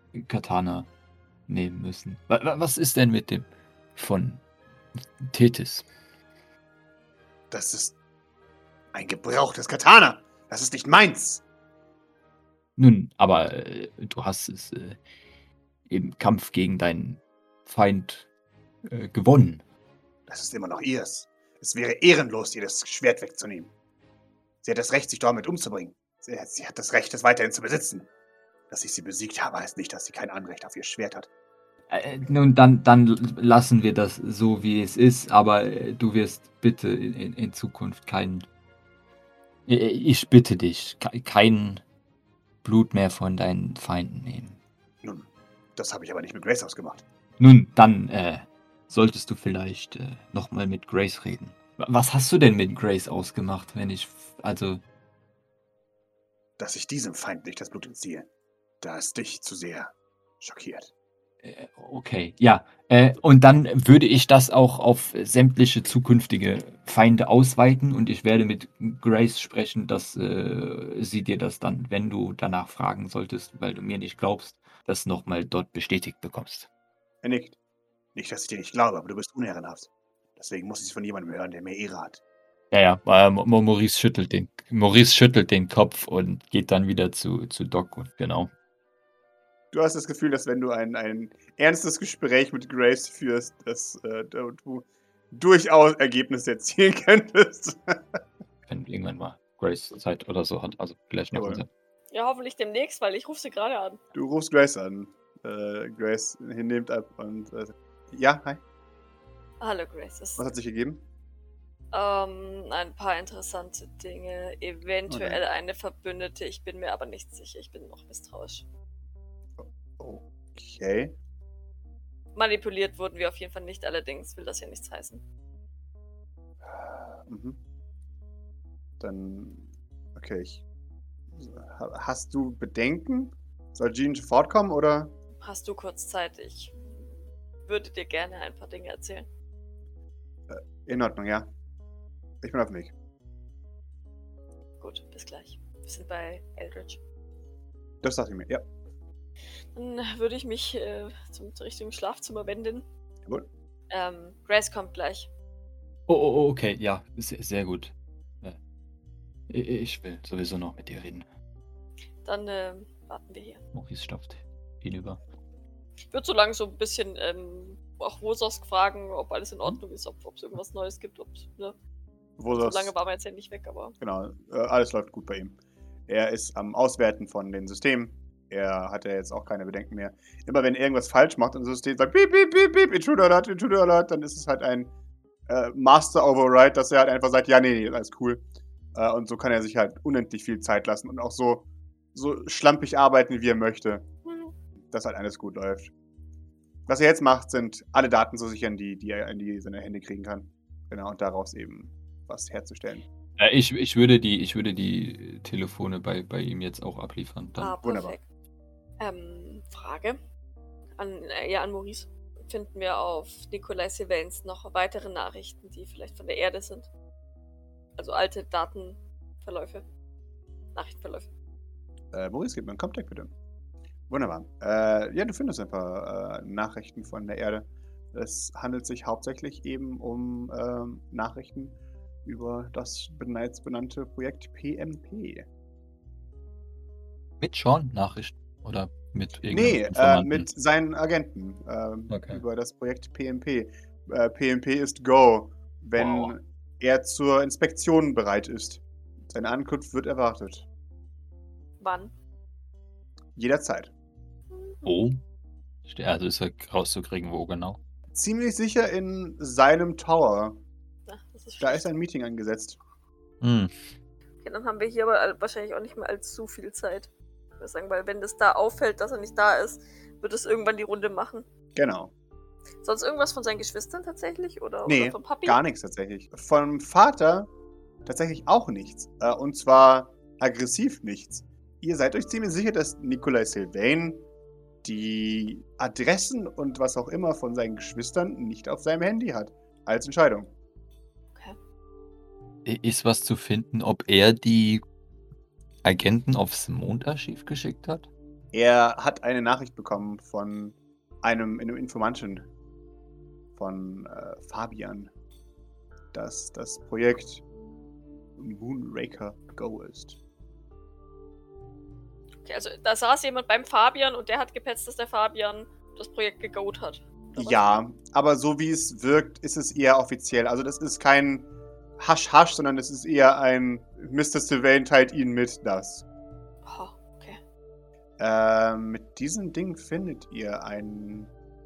Katana nehmen müssen. Wa- wa- Was ist denn mit dem von Tethys? Das ist ein gebrauchtes Katana. Das ist nicht meins. Nun, aber äh, du hast es äh, im Kampf gegen deinen Feind äh, gewonnen. Das ist immer noch ihrs. Es wäre ehrenlos, ihr das Schwert wegzunehmen. Sie hat das Recht, sich damit umzubringen. Sie hat, sie hat das Recht, es weiterhin zu besitzen. Dass ich sie besiegt habe, heißt nicht, dass sie kein Anrecht auf ihr Schwert hat. Äh, nun, dann, dann lassen wir das so, wie es ist, aber äh, du wirst bitte in, in, in Zukunft kein... Äh, Ich bitte dich, ke- kein Blut mehr von deinen Feinden nehmen. Nun, das habe ich aber nicht mit Grace ausgemacht. Nun, dann äh, solltest du vielleicht äh, nochmal mit Grace reden. Wa- Was hast du denn mit Grace ausgemacht, wenn ich... f- Also, Dass ich diesem Feind nicht das Blut entziehe, da ist dich zu sehr schockiert. äh, okay, ja. Äh, und dann würde ich das auch auf sämtliche zukünftige Feinde ausweiten und ich werde mit Grace sprechen, dass äh, sie dir das dann, wenn du danach fragen solltest, weil du mir nicht glaubst, das nochmal dort bestätigt bekommst. Er nickt. Nicht, dass ich dir nicht glaube, aber du bist unehrenhaft. Deswegen muss ich es von jemandem hören, der mehr Ehre hat. Ja, ja, äh, Mo- Maurice schüttelt den, Maurice schüttelt den Kopf und geht dann wieder zu, zu Doc und genau. Du hast das Gefühl, dass wenn du ein, ein ernstes Gespräch mit Grace führst, dass äh, du du durchaus Ergebnisse erzielen könntest. Wenn irgendwann mal Grace Zeit oder so hat, also vielleicht noch. Jawohl. Heute. Ja, hoffentlich demnächst, weil ich rufe sie gerade an. Du rufst Grace an. Äh, Grace nimmt ab und äh, ja, hi. Hallo Grace. Es, Was hat sich gegeben? ähm, ein paar interessante Dinge. Eventuell eine Verbündete. Ich bin mir aber nicht sicher. Ich bin noch misstrauisch. Okay. Manipuliert wurden wir auf jeden Fall nicht, allerdings will das ja nichts heißen. Mhm. Dann, okay, ich. ha- Hast du Bedenken? Soll Jean sofort kommen oder? Hast du kurz Zeit? Ich würde dir gerne ein paar Dinge erzählen. In Ordnung, ja. Ich bin auf dem Weg. Gut, bis gleich. Wir sind bei Eldridge. Das dachte ich mir, ja. Dann würde ich mich äh, zum Richtung Schlafzimmer wenden. Jawohl. Ähm, Grace kommt gleich. Oh, oh, oh, okay, ja, sehr, sehr gut. Ja. Ich, ich will sowieso noch mit dir reden. Dann äh, warten wir hier. Maurice stopft hinüber. Ich würde so lange so ein bisschen ähm, auch Wososk fragen, ob alles in Ordnung ist, ob es irgendwas Neues gibt. Ob, ne? Wo So das, lange war man jetzt ja nicht weg, aber genau, äh, alles läuft gut bei ihm. Er ist am Auswerten von den Systemen. Er hat ja jetzt auch keine Bedenken mehr. Immer wenn er irgendwas falsch macht und das System sagt, piep, piep, piep, piep, Intruder Alert, Intruder Alert, dann ist es halt ein äh, Master Override, dass er halt einfach sagt, ja, nee, nee, alles cool. Äh, und so kann er sich halt unendlich viel Zeit lassen und auch so, so schlampig arbeiten, wie er möchte, hm, dass halt alles gut läuft. Was er jetzt macht, sind alle Daten zu sichern, die, die er in die, seine Hände kriegen kann. Genau, und daraus eben was herzustellen. Äh, ich, ich, würde die, ich würde die Telefone bei, bei ihm jetzt auch abliefern. Dann. ah, wunderbar. perfekt. Ähm, Frage an, äh, ja, an Maurice. Finden wir auf Nikolai Sylvains noch weitere Nachrichten, die vielleicht von der Erde sind? Also alte Datenverläufe. Nachrichtenverläufe. Äh, Maurice, gib mir einen Contact bitte. Wunderbar. Äh, ja, du findest ein paar äh, Nachrichten von der Erde. Es handelt sich hauptsächlich eben um ähm, Nachrichten über das bereits benannte Projekt P M P. Mit Sean Nachrichten? Oder mit Nee, irgendeinem äh, Informanten? mit seinen Agenten ähm, Okay. über das Projekt P M P. Äh, P M P ist Go, wenn Wow. er zur Inspektion bereit ist. Seine Ankunft wird erwartet. Wann? Jederzeit. Wo? Ste- Also ist er rauszukriegen, wo genau? Ziemlich sicher in seinem Tower. Ach, das ist Da schlecht. ist ein Meeting angesetzt. Hm. Okay, dann haben wir hier aber all- wahrscheinlich auch nicht mehr allzu viel Zeit. Ich würde sagen, weil wenn das da auffällt, dass er nicht da ist, wird es irgendwann die Runde machen. Genau. Sonst irgendwas von seinen Geschwistern tatsächlich? Oder, Nee, oder vom Papi? gar nichts tatsächlich. Vom Vater tatsächlich auch nichts. Äh, und zwar aggressiv nichts. Ihr seid euch ziemlich sicher, dass Nikolai Sylvain die Adressen und was auch immer von seinen Geschwistern nicht auf seinem Handy hat. Als Entscheidung. I- Ist was zu finden, ob er die Agenten aufs Mondarchiv geschickt hat? Er hat eine Nachricht bekommen von einem, einem Informanten von äh, Fabian, dass das Projekt Moonraker Go ist. Okay, also da saß jemand beim Fabian und der hat gepetzt, dass der Fabian das Projekt gegoat hat. Ja, aber so wie es wirkt, ist es eher offiziell. Also das ist kein Hasch-Hasch, sondern es ist eher ein Mister Sylvain teilt ihnen mit das. Oh, okay. Äh, mit diesem Ding findet ihr einen...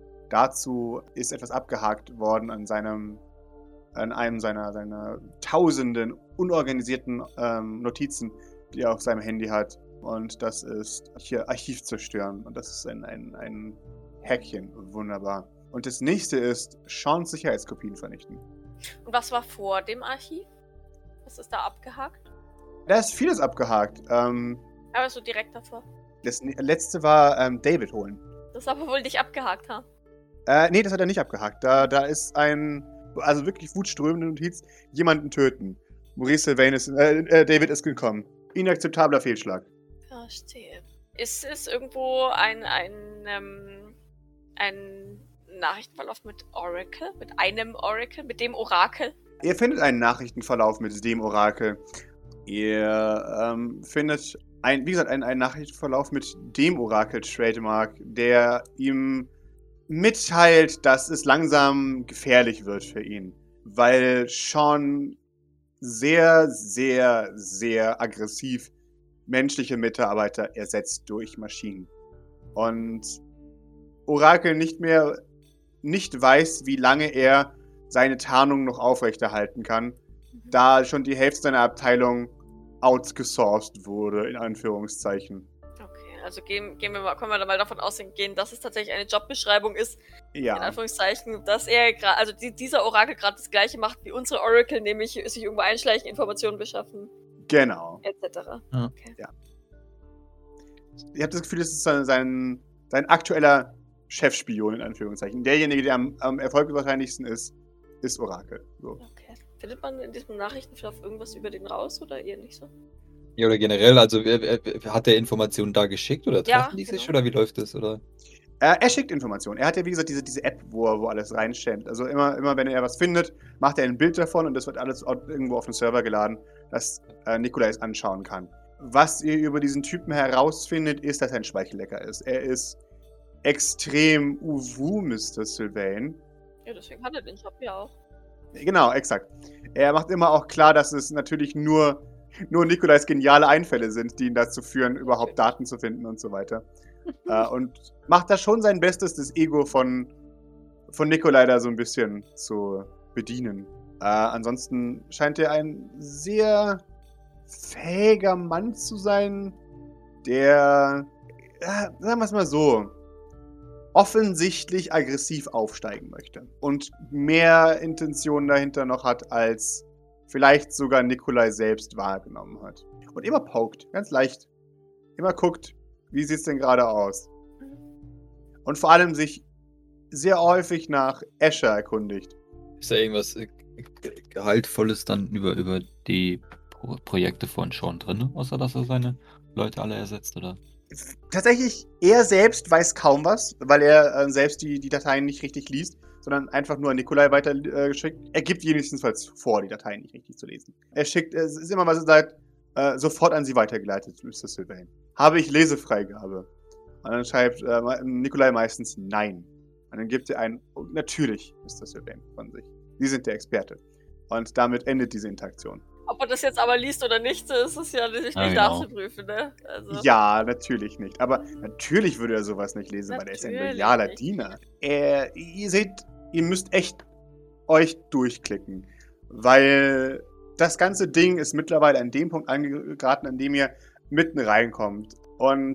Dazu ist etwas abgehakt worden an seinem, an einem seiner, seiner tausenden unorganisierten ähm, Notizen, die er auf seinem Handy hat. Und das ist hier Archiv zerstören. Und das ist ein, ein, ein Häkchen. Wunderbar. Und das nächste ist Seans Sicherheitskopien vernichten. Und was war vor dem Archiv? Was ist da abgehakt? Da ist vieles abgehakt. Ähm, Aber so direkt davor. Das letzte war ähm, David holen. Das aber wohl nicht abgehakt haben. Äh, nee, das hat er nicht abgehakt. Da, da ist ein, also wirklich wutströmende Notiz, jemanden töten. Maurice Sylvain ist, äh, äh, David ist gekommen. Inakzeptabler Fehlschlag. Verstehe. Ist es irgendwo ein, ein, ähm, ein Nachrichtenverlauf mit Oracle? Mit einem Oracle? Mit dem Orakel? Ihr findet einen Nachrichtenverlauf mit dem Orakel. Ihr ähm, findet, ein, wie gesagt, einen, einen Nachrichtenverlauf mit dem Orakel-Trademark, der ihm mitteilt, dass es langsam gefährlich wird für ihn. Weil Sean sehr, sehr, sehr aggressiv menschliche Mitarbeiter ersetzt durch Maschinen. Und Orakel nicht mehr nicht weiß, wie lange er seine Tarnung noch aufrechterhalten kann, mhm. da schon die Hälfte seiner Abteilung outgesourced wurde, in Anführungszeichen. Okay, also gehen, gehen wir mal, können wir da mal davon ausgehen, dass es tatsächlich eine Jobbeschreibung ist, ja. in Anführungszeichen, dass er gerade, also die, dieser Orakel gerade das gleiche macht wie unsere Oracle, nämlich sich irgendwo einschleichen, Informationen beschaffen. Genau. et cetera. Ja. Okay. Ja. Ich habe das Gefühl, das ist sein, sein, sein aktueller Chefspion, in Anführungszeichen. Derjenige, der am, am erfolgwahrscheinlichsten ist, ist Orakel. So. Okay. Findet man in diesem Nachrichtenverlauf irgendwas über den raus oder eher nicht so? Ja, oder generell, also äh, äh, hat der Informationen da geschickt oder treffen Ja, die sich genau. oder wie läuft das? Oder? Äh, er schickt Informationen. Er hat ja, wie gesagt, diese, diese App, wo er wo alles reinstellt. Also immer, immer, wenn er was findet, macht er ein Bild davon und das wird alles irgendwo auf den Server geladen, dass äh, Nikolai es anschauen kann. Was ihr über diesen Typen herausfindet, ist, dass er ein Speichellecker ist. Er ist extrem uwu, Mister Sylvain. Ja, deswegen hat er den Job ja auch. Genau, exakt. Er macht immer auch klar, dass es natürlich nur, nur Nikolais geniale Einfälle sind, die ihn dazu führen, überhaupt Daten zu finden und so weiter. äh, und macht da schon sein Bestes, das Ego von, von Nikolai da so ein bisschen zu bedienen. Äh, ansonsten scheint er ein sehr fähiger Mann zu sein, der, äh, sagen wir es mal so, offensichtlich aggressiv aufsteigen möchte und mehr Intentionen dahinter noch hat, als vielleicht sogar Nikolai selbst wahrgenommen hat. Und immer pokt, ganz leicht. Immer guckt, wie sieht's denn gerade aus? Und vor allem sich sehr häufig nach Escher erkundigt. Ist da irgendwas äh, Gehaltvolles dann über, über die Pro Projekte von Sean drin, außer dass er seine Leute alle ersetzt, oder? Tatsächlich, er selbst weiß kaum was, weil er äh, selbst die, die Dateien nicht richtig liest, sondern einfach nur an Nikolai weitergeschickt. Äh, er gibt jedenfalls vor, die Dateien nicht richtig zu lesen. Er schickt, es ist immer, was er sagt, äh, sofort an sie weitergeleitet, Mister Sylvain. Habe ich Lesefreigabe? Und dann schreibt äh, Nikolai meistens Nein. Und dann gibt er ein, oh, natürlich, Mister Sylvain von sich. Sie sind der Experte. Und damit endet diese Interaktion. Ob man das jetzt aber liest oder nicht, ist es ja nicht Ja, genau. nachzuprüfen, ne? Also. Ja, natürlich nicht. Aber natürlich würde er sowas nicht lesen, weil er ist ein Natürlich loyaler nicht. Diener. Er, ihr seht, ihr müsst echt euch durchklicken. Weil das ganze Ding ist mittlerweile an dem Punkt angeraten, an dem ihr mitten reinkommt. Und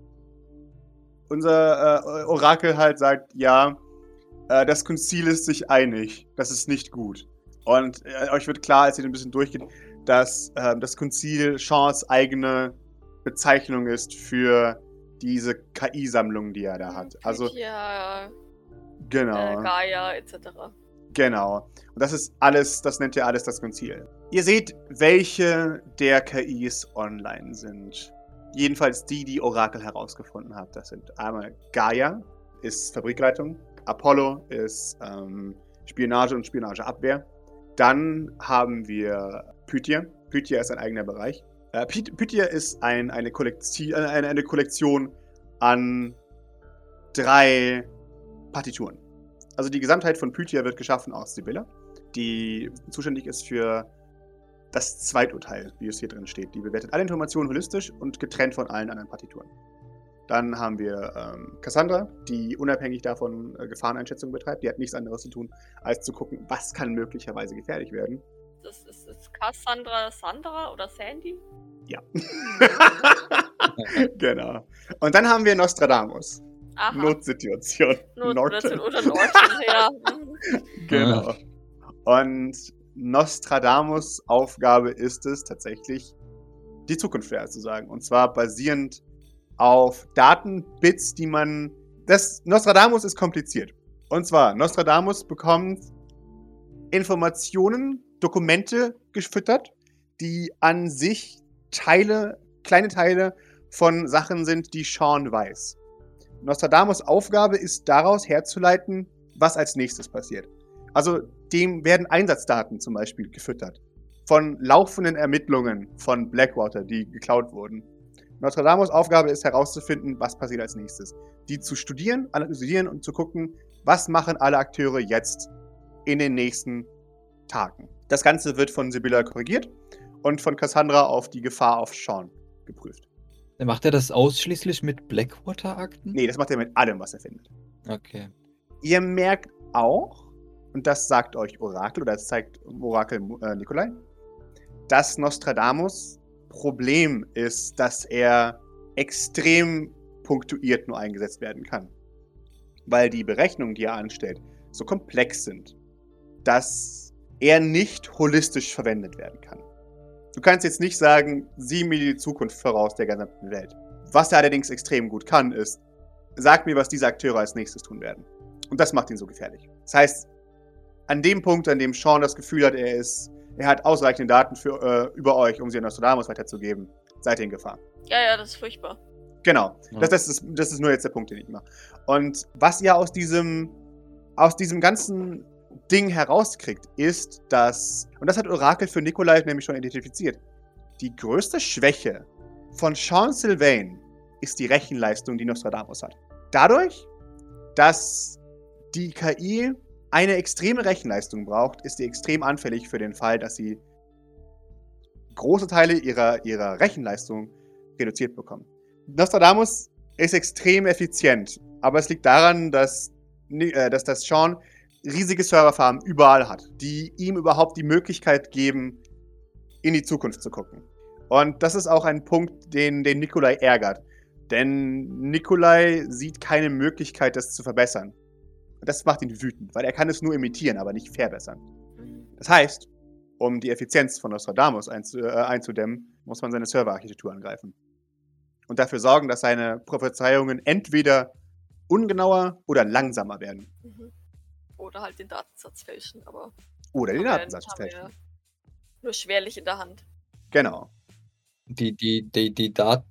unser äh, Orakel halt sagt, ja, äh, das Konzil ist sich einig. Das ist nicht gut. Und äh, euch wird klar, als ihr ein bisschen durchgeht, dass äh, das Konzil Seans eigene Bezeichnung ist für diese K I-Sammlung, die er da hat. Also, ja, genau. Äh, Gaia, et cetera. Genau. Und das ist alles, das nennt ihr alles das Konzil. Ihr seht, welche der K Is online sind. jedenfalls die, die Orakel herausgefunden hat. Das sind einmal Gaia, ist Fabrikleitung, Apollo ist ähm, Spionage und Spionageabwehr. Dann haben wir Pythia. Pythia ist ein eigener Bereich. Äh, Pythia ist ein, eine, Kollektion, äh, eine, eine Kollektion an drei Partituren. Also die Gesamtheit von Pythia wird geschaffen aus Sibylla, die zuständig ist für das Zweiturteil, wie es hier drin steht. Die bewertet alle Informationen holistisch und getrennt von allen anderen Partituren. Dann haben wir ähm, Cassandra, die unabhängig davon äh, Gefahreneinschätzung betreibt. Die hat nichts anderes zu tun, als zu gucken, was kann möglicherweise gefährlich werden. Das ist, ist Cassandra Sandra oder Sandy? Ja. Genau. Und dann haben wir Nostradamus. Aha. Notsituation. Notsituation oder Norton, ja. Genau. Und Nostradamus' Aufgabe ist es tatsächlich, die Zukunft vorherzusagen. Und zwar basierend auf Datenbits, die man... Das Nostradamus ist kompliziert. Und zwar, Nostradamus bekommt Informationen, Dokumente gefüttert, die an sich Teile, kleine Teile von Sachen sind, die Sean weiß. Nostradamus' Aufgabe ist daraus herzuleiten, was als nächstes passiert. Also dem werden Einsatzdaten zum Beispiel gefüttert. Von laufenden Ermittlungen von Blackwater, die geklaut wurden. Nostradamus' Aufgabe ist herauszufinden, was passiert als nächstes. Die zu studieren, analysieren und zu gucken, was machen alle Akteure jetzt in den nächsten Tagen. Das Ganze wird von Sibylla korrigiert und von Cassandra auf die Gefahr auf Sean geprüft. Macht er das ausschließlich mit Blackwater-Akten? Nee, das macht er mit allem, was er findet. Okay. Ihr merkt auch, und das sagt euch Orakel, oder das zeigt Orakel äh, Nikolai, dass Nostradamus Problem ist, dass er extrem punktuiert nur eingesetzt werden kann. Weil die Berechnungen, die er anstellt, so komplex sind, dass er nicht holistisch verwendet werden kann. Du kannst jetzt nicht sagen, sieh mir die Zukunft voraus der gesamten Welt. Was er allerdings extrem gut kann, ist, sag mir, was diese Akteure als nächstes tun werden. Und das macht ihn so gefährlich. Das heißt, an dem Punkt, an dem Sean das Gefühl hat, er ist, er hat ausreichende Daten für, äh, über euch, um sie an Nostradamus weiterzugeben, seid ihr in Gefahr. Ja, ja, das ist furchtbar. Genau. Ja. Das, das, ist, das ist nur jetzt der Punkt, den ich mache. Und was ihr aus diesem, aus diesem ganzen Ding herauskriegt, ist, dass, und das hat Orakel für Nikolai nämlich schon identifiziert, die größte Schwäche von Sean Sylvain ist die Rechenleistung, die Nostradamus hat. Dadurch, dass die K I eine extreme Rechenleistung braucht, ist sie extrem anfällig für den Fall, dass sie große Teile ihrer, ihrer Rechenleistung reduziert bekommen. Nostradamus ist extrem effizient, aber es liegt daran, dass, äh, dass das Sean riesige Serverfarmen überall hat, die ihm überhaupt die Möglichkeit geben, in die Zukunft zu gucken. Und das ist auch ein Punkt, den, den Nikolai ärgert. Denn Nikolai sieht keine Möglichkeit, das zu verbessern. Und das macht ihn wütend, weil er kann es nur imitieren, aber nicht verbessern. Das heißt, um die Effizienz von Nostradamus einzu, äh, einzudämmen, muss man seine Serverarchitektur angreifen. Und dafür sorgen, dass seine Prophezeiungen entweder ungenauer oder langsamer werden. Mhm. Oder halt den Datensatz fälschen, aber... Oder den haben wir- Datensatz haben wir fälschen. Nur schwerlich in der Hand. Genau. Die, die, die, die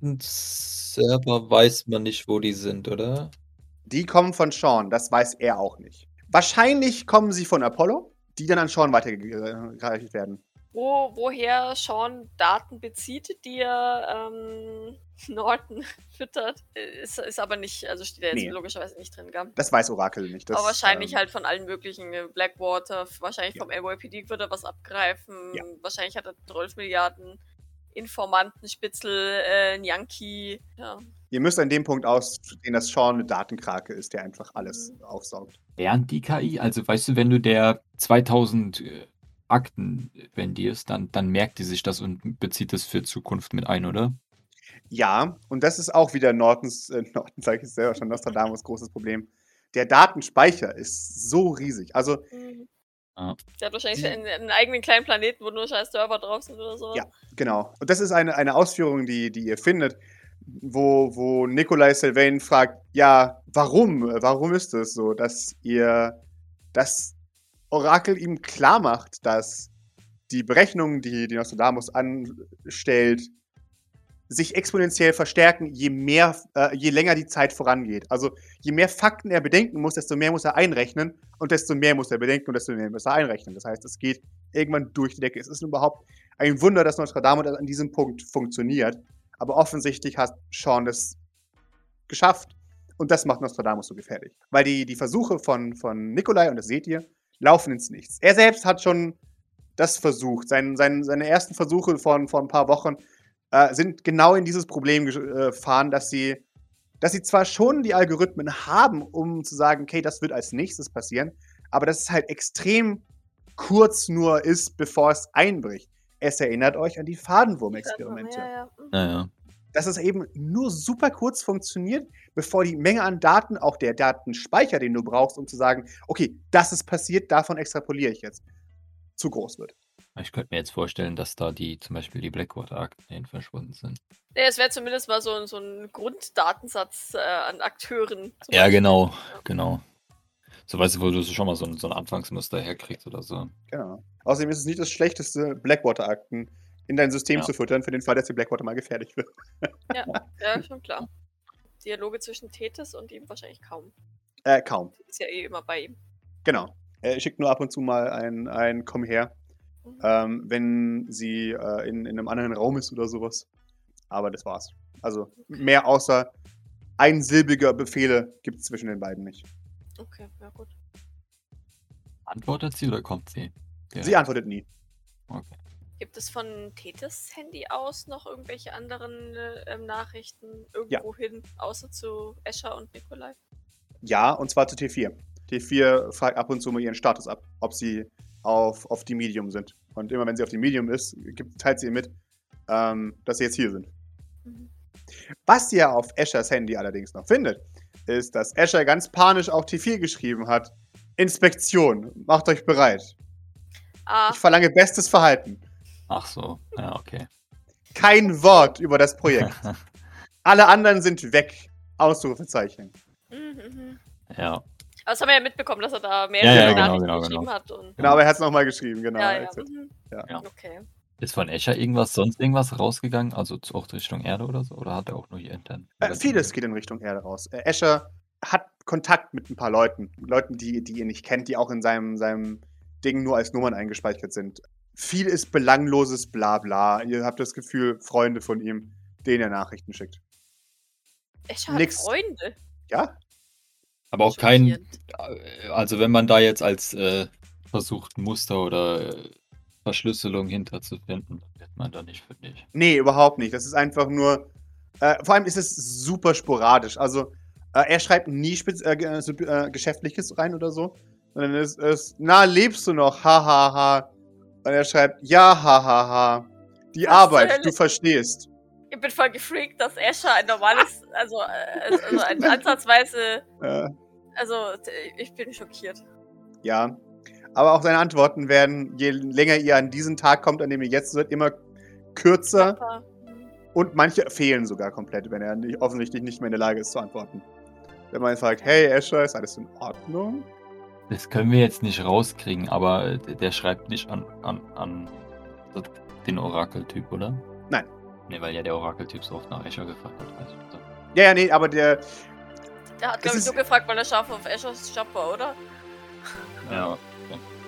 Datenserver weiß man nicht, wo die sind, oder? Die kommen von Sean, das weiß er auch nicht. Wahrscheinlich kommen sie von Apollo, die dann an Sean weitergereicht werden. Wo, woher Sean Daten bezieht, die er ähm, Norton füttert, ist, ist aber nicht, also steht da jetzt Nee. logischerweise nicht drin, gell? Das weiß Orakel nicht. Das, aber wahrscheinlich ähm, halt von allen möglichen, äh, Blackwater, wahrscheinlich Ja. vom N Y P D wird er was abgreifen, Ja. wahrscheinlich hat er zwölf Milliarden Informanten, Spitzel, äh, ein Yankee, ja. Ihr müsst an dem Punkt ausgehen, dass Sean eine Datenkrake ist, der einfach alles Mhm. aufsaugt. Während die K I, also weißt du, wenn du der zweitausend äh, Akten vendierst, dann, dann merkt die sich das und bezieht das für Zukunft mit ein, oder? Ja, und das ist auch wieder Nortons, äh, Norton sage ich selber schon, Nostradamus großes Problem. Der Datenspeicher ist so riesig. Also, Mhm. Ja. Der hat wahrscheinlich Die- einen, einen eigenen kleinen Planeten, wo nur scheiß Server drauf sind oder so. Ja. genau. Und das ist eine, eine Ausführung, die, die ihr findet, wo, wo Nikolai Sylvain fragt, ja, warum? Warum ist es so, dass ihr, dass Orakel ihm klar macht, dass die Berechnungen, die, die Nostradamus anstellt, sich exponentiell verstärken, je mehr, äh, je länger die Zeit vorangeht. Also je mehr Fakten er bedenken muss, desto mehr muss er einrechnen und desto mehr muss er bedenken und desto mehr muss er einrechnen. Das heißt, es geht irgendwann durch die Decke. Es ist überhaupt ein Wunder, dass Nostradamus an diesem Punkt funktioniert. Aber offensichtlich hat Sean das geschafft. Und das macht Nostradamus so gefährlich. Weil die, die Versuche von, von Nikolai, und das seht ihr, laufen ins Nichts. Er selbst hat schon das versucht. Sein, sein, seine ersten Versuche von vor ein paar Wochen äh, sind genau in dieses Problem gefahren, dass sie, dass sie zwar schon die Algorithmen haben, um zu sagen, okay, das wird als nächstes passieren, aber dass es halt extrem kurz nur ist, bevor es einbricht. Es erinnert euch an die Fadenwurm-Experimente. Ja, ja. Ja, ja. Dass es eben nur super kurz funktioniert, bevor die Menge an Daten, auch der Datenspeicher, den du brauchst, um zu sagen, okay, das ist passiert, davon extrapoliere ich jetzt, zu groß wird. Ich könnte mir jetzt vorstellen, dass da die zum Beispiel die Blackwater-Akten hin verschwunden sind. Ja, es wäre zumindest mal so, so ein Grunddatensatz äh, an Akteuren. zum Ja, Beispiel. genau, genau. So weißt du, wo du schon mal so ein, so ein Anfangsmuster herkriegst oder so. Genau. Außerdem ist es nicht das Schlechteste, Blackwater-Akten in dein System Ja. zu füttern, für den Fall, dass die Blackwater mal gefährlich wird. Ja, ja, schon klar. Dialoge zwischen Tethys und ihm wahrscheinlich kaum. Äh, kaum. Ist ja eh immer bei ihm. Genau. Er schickt nur ab und zu mal ein, ein Komm her, Mhm. ähm, wenn sie äh, in, in einem anderen Raum ist oder sowas. Aber das war's. Also mehr außer einsilbige Befehle gibt es zwischen den beiden nicht. Okay, ja gut. Antwortet sie oder kommt sie? Sie Ja. antwortet nie. Okay. Gibt es von Tethys Handy aus noch irgendwelche anderen äh, ähm, Nachrichten irgendwo hin, außer zu Escher und Nikolai? Ja, und zwar zu T vier. T vier fragt ab und zu mal ihren Status ab, ob sie auf, auf die Medium sind. Und immer wenn sie auf die Medium ist, gibt, teilt sie ihr mit, ähm, dass sie jetzt hier sind. Mhm. Was ihr auf Eschers Handy allerdings noch findet, ist, dass Escher ganz panisch auf T vier geschrieben hat: Inspektion, macht euch bereit. Ah, Ich verlange bestes Verhalten. Ach so, ja, okay. Kein Wort über das Projekt. Alle anderen sind weg. Ausrufezeichen. mhm, mhm. Ja, Aber das haben wir ja mitbekommen, dass er da mehrere Ja, ja, genau, Nachrichten genau, geschrieben genau. hat. Und Genau, aber er hat es nochmal geschrieben, genau. ja, ja. Exakt. Mhm. Ja. Ja. Okay. ist von Escher irgendwas, sonst irgendwas rausgegangen? Also zu- auch Richtung Erde oder so? Oder hat er auch nur hier intern? Äh, vieles geht in Richtung Erde raus. Äh, Escher hat Kontakt mit ein paar Leuten. Leuten, die, die ihr nicht kennt, die auch in seinem, seinem Ding nur als Nummern eingespeichert sind. Viel ist belangloses Blabla. Ihr habt das Gefühl, Freunde von ihm, denen er Nachrichten schickt. Escher hat Nix. Freunde. Ja? Aber auch kein, Schockierend. also wenn man da jetzt als äh, versucht, ein Muster oder äh, Verschlüsselung hinterzufinden, wird man da nicht fündig. Nee, überhaupt nicht. Das ist einfach nur. Äh, vor allem ist es super sporadisch. Also, äh, er schreibt nie spez äh, ge- so, äh, Geschäftliches rein oder so. Sondern es ist, na, lebst du noch? Ha, ha, ha. Und er schreibt, ja, ha, ha, ha. Die Was zur Arbeit, Hölle? du verstehst. Ich bin voll gefreakt, dass Escher ein normales, also, äh, also ein ansatzweise, Äh, also t- ich bin schockiert. ja. Aber auch seine Antworten werden, je länger ihr an diesen Tag kommt, an dem ihr jetzt seid, immer kürzer. Knapper. Mhm. Und manche fehlen sogar komplett, wenn er nicht, offensichtlich nicht mehr in der Lage ist zu antworten. Wenn man fragt, hey Escher, ist alles in Ordnung? Das können wir jetzt nicht rauskriegen, aber äh, der schreibt nicht an, an, an den Orakeltyp, oder? Nein. Ne, weil ja der Orakeltyp so oft nach Escher gefragt hat. Weiß ich. So. Ja, ja, nee, aber der, Der hat, Es glaube ich, ist- nur gefragt, weil er scharf auf Eschers Job war, oder? Ja.